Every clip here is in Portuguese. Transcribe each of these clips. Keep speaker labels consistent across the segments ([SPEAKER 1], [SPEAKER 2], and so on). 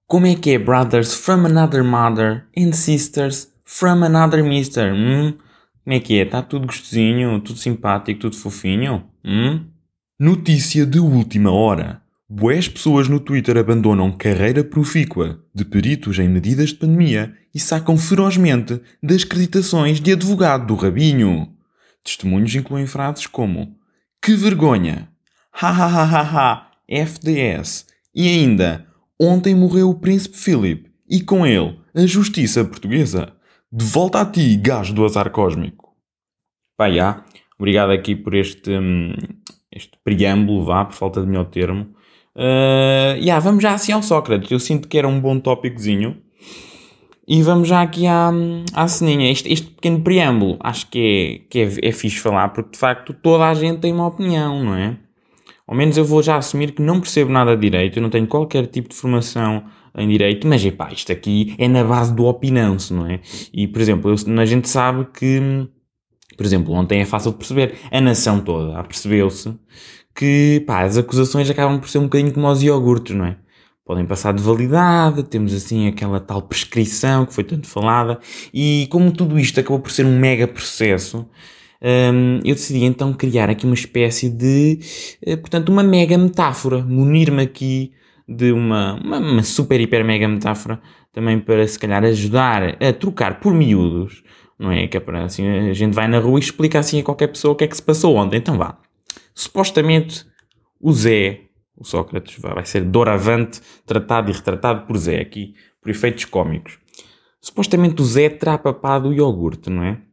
[SPEAKER 1] Como é que é, brothers from another mother and sisters from another mister? Como é que é? Está tudo gostosinho, tudo simpático, tudo fofinho? Notícia de última hora. Bués pessoas no Twitter abandonam carreira profícua de peritos em medidas de pandemia e sacam ferozmente das acreditações de advogado do rabinho. Testemunhos incluem frases como: que vergonha! Ha ha ha ha ha! FDS! E ainda: ontem morreu o príncipe Philip e com ele a justiça portuguesa. De volta a ti, gajo do azar cósmico. Pá, já. Obrigado aqui por este preâmbulo, vá, por falta de melhor termo. Vamos já assim ao Sócrates. Eu sinto que era um bom tópicozinho. E vamos já aqui à ceninha. Este pequeno preâmbulo acho que é fixe falar, porque de facto toda a gente tem uma opinião, não é? Ao menos eu vou já assumir que não percebo nada de direito, eu não tenho qualquer tipo de formação em direito, mas epá, isto aqui é na base do opinão-se, não é? E, por exemplo, a gente sabe que, por exemplo, ontem é fácil de perceber, a nação toda percebeu-se que, pá, as acusações acabam por ser um bocadinho como os iogurtes, não é? Podem passar de validade, temos assim aquela tal prescrição que foi tanto falada, e como tudo isto acabou por ser um mega processo, eu decidi então criar aqui uma espécie de, portanto, uma mega metáfora, munir-me aqui de uma super, hiper, mega metáfora, também para se calhar ajudar a trocar por miúdos, não é? Que é para assim, a gente vai na rua e explica assim a qualquer pessoa o que é que se passou ontem. Então vá. Supostamente o Zé, o Sócrates, vai ser doravante tratado e retratado por Zé, aqui por efeitos cómicos. Supostamente o Zé terá papado o iogurte, não é?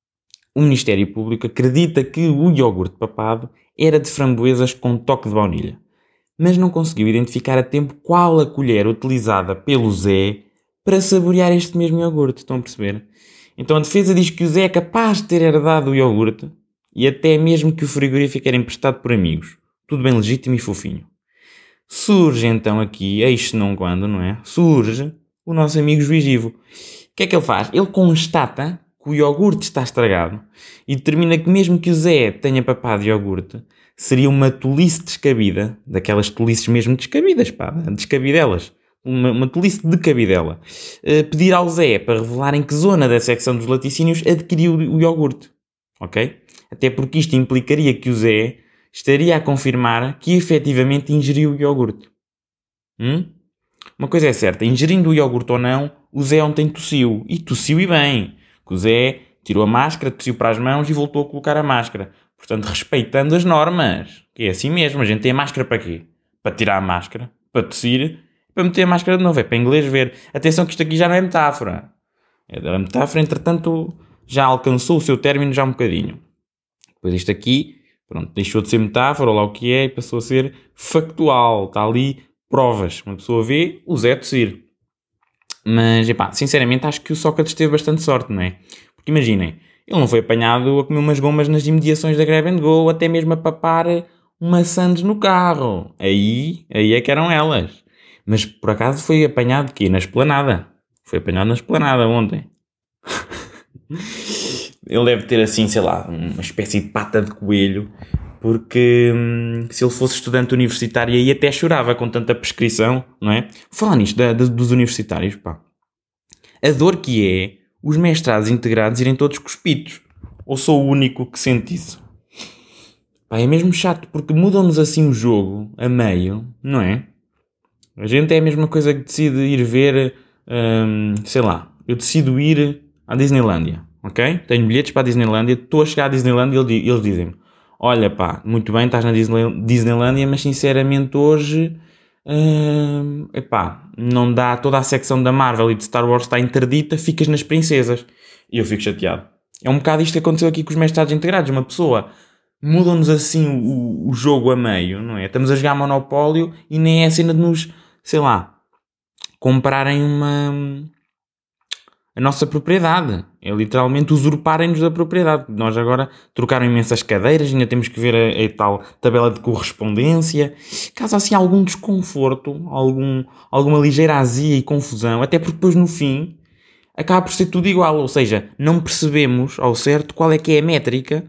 [SPEAKER 1] O Ministério Público acredita que o iogurte papado era de framboesas com toque de baunilha, mas não conseguiu identificar a tempo qual a colher utilizada pelo Zé para saborear este mesmo iogurte, estão a perceber? Então a defesa diz que o Zé é capaz de ter herdado o iogurte e até mesmo que o frigorífico era emprestado por amigos. Tudo bem legítimo e fofinho. Surge então aqui, eis não quando, não é? Surge o nosso amigo Juiz Ivo. O que é que ele faz? Ele constata que o iogurte está estragado e determina que mesmo que o Zé tenha papado iogurte, seria uma tolice descabida, daquelas tolices mesmo descabidas, pá, descabidelas. Uma tolice de cabidela. Pedir ao Zé para revelar em que zona da secção dos laticínios adquiriu o iogurte. Ok? Até porque isto implicaria que o Zé estaria a confirmar que efetivamente ingeriu o iogurte. Uma coisa é certa, ingerindo o iogurte ou não, o Zé ontem tossiu. E tossiu e bem. Que o Zé tirou a máscara, tossiu para as mãos e voltou a colocar a máscara. Portanto, respeitando as normas. Que é assim mesmo. A gente tem a máscara para quê? Para tirar a máscara, para tossir, para meter a máscara de novo. É para inglês ver. Atenção que isto aqui já não é metáfora. A metáfora, entretanto, já alcançou o seu término já um bocadinho. Depois isto aqui, pronto, deixou de ser metáfora, ou lá o que é, e passou a ser factual. Está ali provas. Uma pessoa vê o Zé tossir. Mas, epá, sinceramente acho que o Sócrates teve bastante sorte, não é? Porque imaginem, ele não foi apanhado a comer umas gomas nas imediações da Grab and Go, ou até mesmo a papar uma Sandes no carro. Aí é que eram elas. Mas, por acaso, foi apanhado aqui na esplanada. Foi apanhado na esplanada ontem. Ele deve ter assim, sei lá, uma espécie de pata de coelho, porque se ele fosse estudante universitário aí até chorava com tanta prescrição, não é? Falar nisto dos universitários, pá. A dor que é os mestrados integrados irem todos cuspidos. Ou sou o único que sente isso? Pá, é mesmo chato, porque mudam-nos assim o jogo, a meio, não é? A gente é a mesma coisa que decide ir ver, sei lá, eu decido ir à Disneylândia, ok? Tenho bilhetes para a Disneylândia, estou a chegar à Disneylândia e eles dizem-me: olha pá, muito bem, estás na Disneylândia, mas sinceramente hoje, epá, não dá, toda a secção da Marvel e de Star Wars está interdita, ficas nas princesas. E eu fico chateado. É um bocado isto que aconteceu aqui com os mestrados integrados. Uma pessoa mudam-nos assim o jogo a meio, não é? Estamos a jogar Monopólio e nem é a cena de nos, sei lá, comprarem a nossa propriedade. É literalmente usurparem-nos da propriedade. Nós agora trocaram imensas cadeiras, ainda temos que ver a tal tabela de correspondência. Caso assim algum desconforto, alguma ligeira azia e confusão, até porque depois no fim acaba por ser tudo igual, ou seja, não percebemos ao certo qual é que é a métrica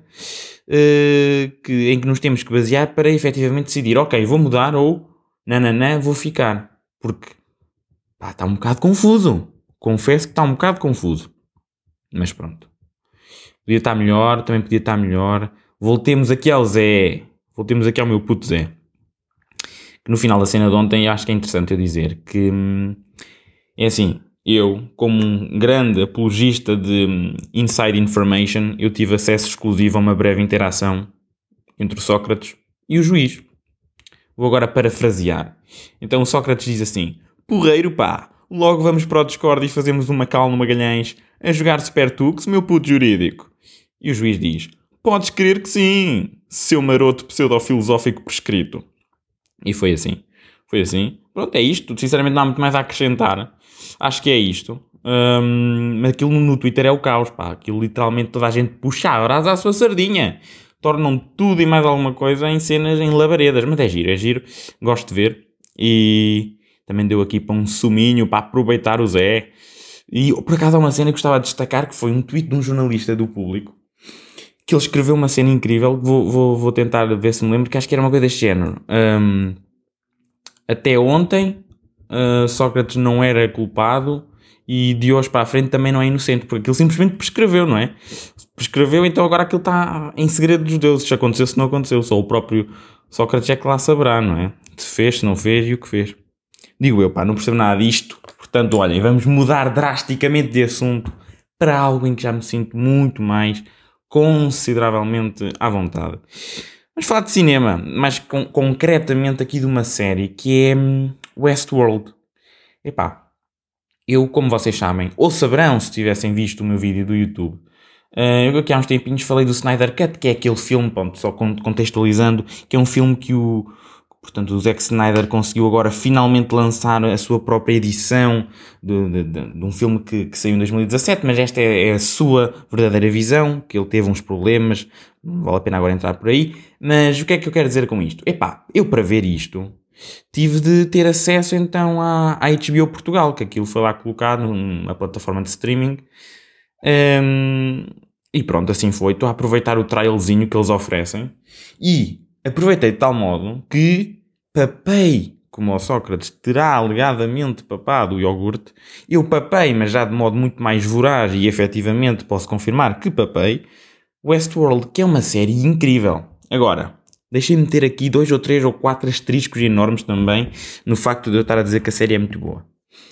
[SPEAKER 1] em que nos temos que basear para efetivamente decidir, ok, vou mudar ou, não, vou ficar. Porque está um bocado confuso. Confesso que está um bocado confuso. Mas pronto. Podia estar melhor, também podia estar melhor. Voltemos aqui ao Zé. Voltemos aqui ao meu puto Zé. Que no final da cena de ontem, acho que é interessante eu dizer que... é assim, eu, como um grande apologista de inside information, eu tive acesso exclusivo a uma breve interação entre o Sócrates e o juiz. Vou agora parafrasear. Então o Sócrates diz assim: porreiro pá, logo vamos para o Discord e fazemos uma call no Magalhães a jogar Supertux, meu puto jurídico. E o juiz diz: podes crer que sim, seu maroto pseudo-filosófico prescrito. E foi assim. Foi assim. Pronto, é isto. Sinceramente não há muito mais a acrescentar. Acho que é isto. Mas aquilo no Twitter é o caos, pá. Aquilo literalmente toda a gente puxa a brasa à sua sardinha. Tornam tudo e mais alguma coisa em cenas, em labaredas. Mas é giro, é giro. Gosto de ver. E também deu aqui para um suminho, para aproveitar o Zé. E por acaso há uma cena que gostava de destacar, que foi um tweet de um jornalista do Público, que ele escreveu uma cena incrível. Vou tentar ver se me lembro, que acho que era uma coisa deste género. Até ontem, Sócrates não era culpado e de hoje para a frente também não é inocente, porque ele simplesmente prescreveu, não é? Prescreveu, então agora aquilo está em segredo dos deuses. Se aconteceu, se não aconteceu. Só o próprio Sócrates é que lá saberá, não é? Se fez, se não fez e o que fez. Digo eu, pá, não percebo nada disto. Portanto, olhem, vamos mudar drasticamente de assunto para algo em que já me sinto muito mais consideravelmente à vontade. Vamos falar de cinema, mais concretamente aqui de uma série que é Westworld. Epá, eu, como vocês sabem, ou saberão se tivessem visto o meu vídeo do YouTube, eu aqui há uns tempinhos falei do Snyder Cut, que é aquele filme, pronto, só contextualizando, que é um filme que portanto, o Zack Snyder conseguiu agora finalmente lançar a sua própria edição de um filme que saiu em 2017, mas esta é a sua verdadeira visão, que ele teve uns problemas, não vale a pena agora entrar por aí, mas o que é que eu quero dizer com isto? Epá, eu para ver isto tive de ter acesso então à HBO Portugal, que aquilo foi lá colocado numa plataforma de streaming, e pronto, assim foi. Estou a aproveitar o trialzinho que eles oferecem e aproveitei de tal modo que papei, como o Sócrates terá alegadamente papado o iogurte. Eu papei, mas já de modo muito mais voraz e efetivamente posso confirmar que papei Westworld, que é uma série incrível. Agora, deixem-me ter aqui 2 ou 3 ou 4 asteriscos enormes também no facto de eu estar a dizer que a série é muito boa.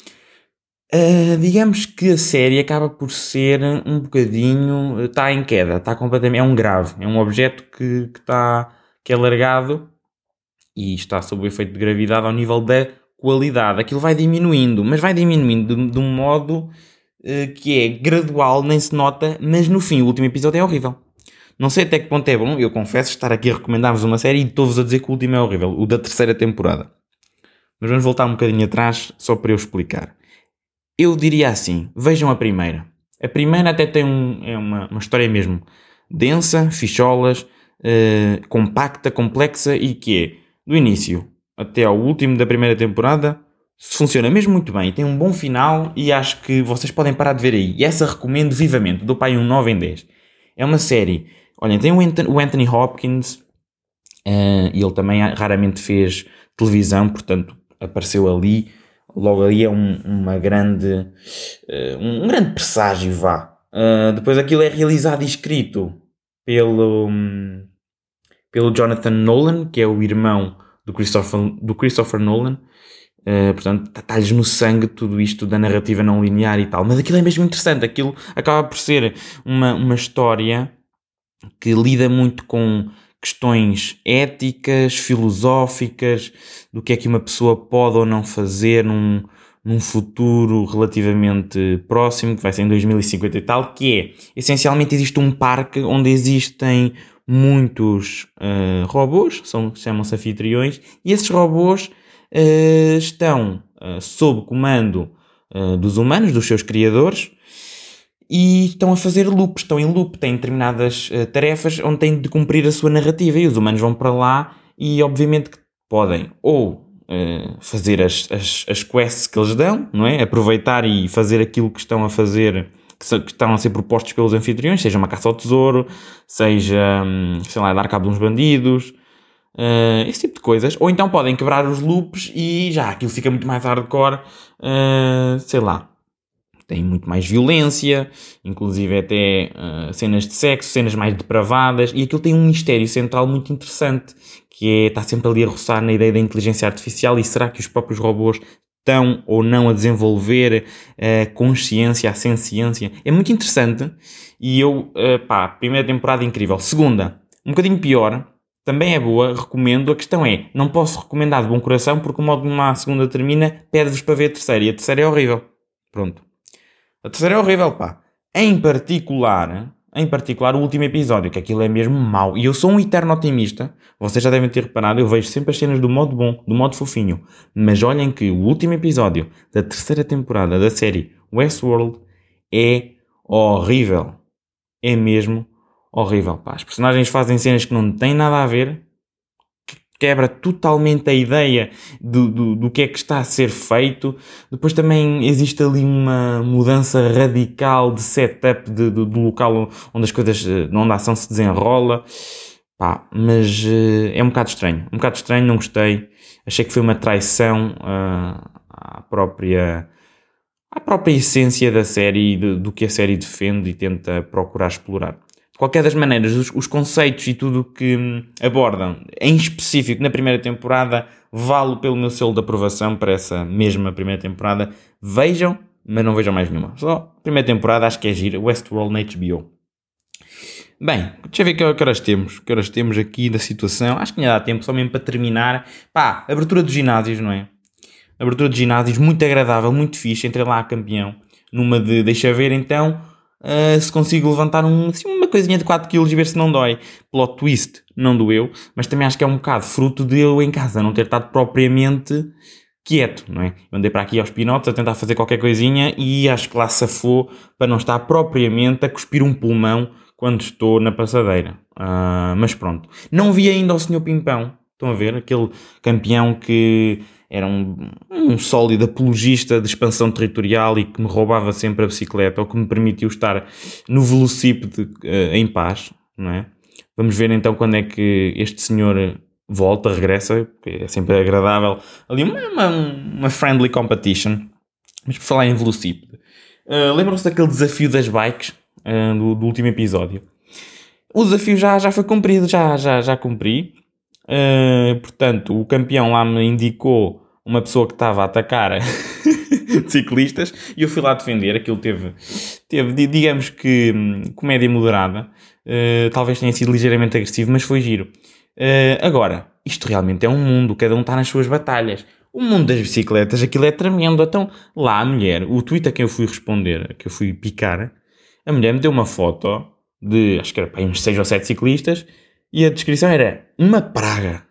[SPEAKER 1] Digamos que a série acaba por ser um bocadinho... está em queda, está completamente... é um grave, é um objeto que é largado e está sob o efeito de gravidade ao nível da qualidade. Aquilo vai diminuindo, mas vai diminuindo de um modo que é gradual, nem se nota, mas no fim o último episódio é horrível. Não sei até que ponto é bom, eu confesso estar aqui a recomendar-vos uma série e estou-vos a dizer que o último é horrível, o da 3ª temporada. Mas vamos voltar um bocadinho atrás, só para eu explicar. Eu diria assim, vejam a primeira. A primeira até tem uma história mesmo densa, ficholas, compacta, complexa e que é, do início até ao último da primeira temporada, funciona mesmo muito bem. Tem um bom final e acho que vocês podem parar de ver aí. E essa recomendo vivamente, dou para aí um 9 em 10. É uma série, olhem, tem o Anthony Hopkins, e ele também raramente fez televisão, portanto apareceu ali. Logo ali é um grande presságio, vá. Depois aquilo é realizado e escrito pelo Jonathan Nolan, que é o irmão do Christopher Nolan. Portanto, está-lhes no sangue tudo isto da narrativa não linear e tal. Mas aquilo é mesmo interessante. Aquilo acaba por ser uma história que lida muito com questões éticas, filosóficas, do que é que uma pessoa pode ou não fazer num futuro relativamente próximo, que vai ser em 2050 e tal, que é, essencialmente existe um parque onde existem muitos robôs, chamam-se anfitriões, e esses robôs estão sob comando dos humanos, dos seus criadores, e estão a fazer loops, estão em loop, têm determinadas tarefas onde têm de cumprir a sua narrativa e os humanos vão para lá e obviamente que podem ou fazer as quests que eles dão, não é? Aproveitar e fazer aquilo que estão a fazer, que estão a ser propostos pelos anfitriões, seja uma caça ao tesouro, seja, sei lá, dar cabo de uns bandidos, esse tipo de coisas. Ou então podem quebrar os loops e já aquilo fica muito mais hardcore, sei lá. Tem muito mais violência, inclusive até cenas de sexo, cenas mais depravadas, e aquilo tem um mistério central muito interessante, que está sempre ali a roçar na ideia da inteligência artificial, e será que os próprios robôs estão ou não a desenvolver a consciência, a senciência? É muito interessante, e primeira temporada incrível. Segunda, um bocadinho pior, também é boa, recomendo. A questão é, não posso recomendar de bom coração, porque o modo como a segunda termina, pede-vos para ver a terceira, e a terceira é horrível. Pronto. A terceira é horrível, pá. Em particular, o último episódio, que aquilo é mesmo mau. E eu sou um eterno otimista. Vocês já devem ter reparado, eu vejo sempre as cenas do modo bom, do modo fofinho. Mas olhem que o último episódio da terceira temporada da série Westworld é horrível. É mesmo horrível, pá. As personagens fazem cenas que não têm nada a ver. Quebra totalmente a ideia do que é que está a ser feito. Depois também existe ali uma mudança radical de setup do local onde as coisas, onde a ação se desenrola. Pá, mas é um bocado estranho, não gostei. Achei que foi uma traição à própria essência da série e do que a série defende e tenta procurar explorar. De qualquer das maneiras, os conceitos e tudo o que abordam, em específico na primeira temporada, vale pelo meu selo de aprovação para essa mesma primeira temporada. Vejam, mas não vejam mais nenhuma. Só a primeira temporada, acho que é gira. Westworld na HBO. Bem, deixa eu ver que horas temos. Que horas temos aqui da situação. Acho que ainda dá tempo, só mesmo para terminar. Pá, abertura dos ginásios, não é? Abertura de ginásios, muito agradável, muito fixe. Entrei lá a campeão. Numa de, deixa ver então... se consigo levantar uma coisinha de 4kg e ver se não dói. Plot twist, não doeu, mas também acho que é um bocado fruto de eu em casa não ter estado propriamente quieto, não é? Eu andei para aqui aos pinotes a tentar fazer qualquer coisinha e acho que lá safou para não estar propriamente a cuspir um pulmão quando estou na passadeira. Mas pronto. Não vi ainda o Sr. Pimpão. Estão a ver? Aquele campeão que era um sólido apologista de expansão territorial e que me roubava sempre a bicicleta, ou que me permitiu estar no velocípede em paz, não é? Vamos ver então quando é que este senhor volta, regressa, porque é sempre agradável. Ali uma friendly competition. Mas por falar em velocípede, lembram-se daquele desafio das bikes do último episódio? O desafio já foi cumprido, já cumpri. Portanto, o campeão lá me indicou uma pessoa que estava a atacar ciclistas e eu fui lá defender. Aquilo teve digamos que, comédia moderada. Talvez tenha sido ligeiramente agressivo, mas foi giro. Agora, isto realmente é um mundo, cada um está nas suas batalhas. O mundo das bicicletas, aquilo é tremendo. Então, lá a mulher, o tweet a quem eu fui responder, que eu fui picar, a mulher me deu uma foto de, acho que era para uns 6 ou 7 ciclistas, e a descrição era uma praga.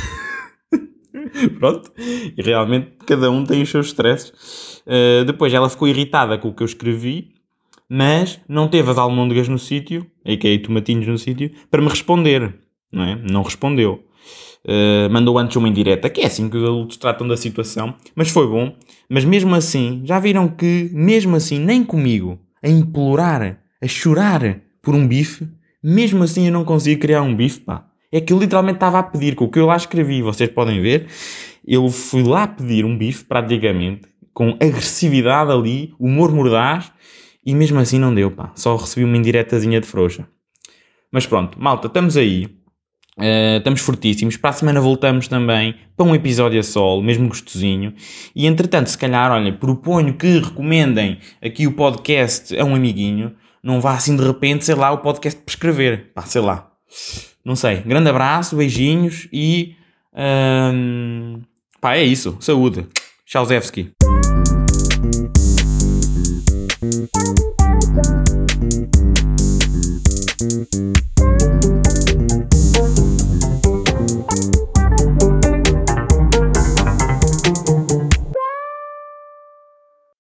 [SPEAKER 1] Pronto. E realmente cada um tem os seus stresses. Depois ela ficou irritada com o que eu escrevi, mas não teve as almôndegas no sítio, a.k.a. tomatinhos no sítio, para me responder. Não é? Não respondeu. Mandou antes uma indireta, que é assim que os adultos tratam da situação. Mas foi bom. Mas mesmo assim, já viram que, mesmo assim, nem comigo, a implorar, a chorar por um bife, mesmo assim eu não consigo criar um bife, pá. É que eu literalmente estava a pedir, com o que eu lá escrevi, vocês podem ver, eu fui lá pedir um bife, praticamente, com agressividade ali, humor mordaz, e mesmo assim não deu, pá. Só recebi uma indiretazinha de frouxa. Mas pronto, malta, estamos aí. Estamos fortíssimos. Para a semana voltamos também para um episódio a solo, mesmo gostosinho. E entretanto, se calhar, olha, proponho que recomendem aqui o podcast a um amiguinho. Não vá assim de repente, sei lá, o podcast para escrever. Pá, sei lá. Não sei. Grande abraço, beijinhos e... pá, é isso. Saúde. Tchauzevski.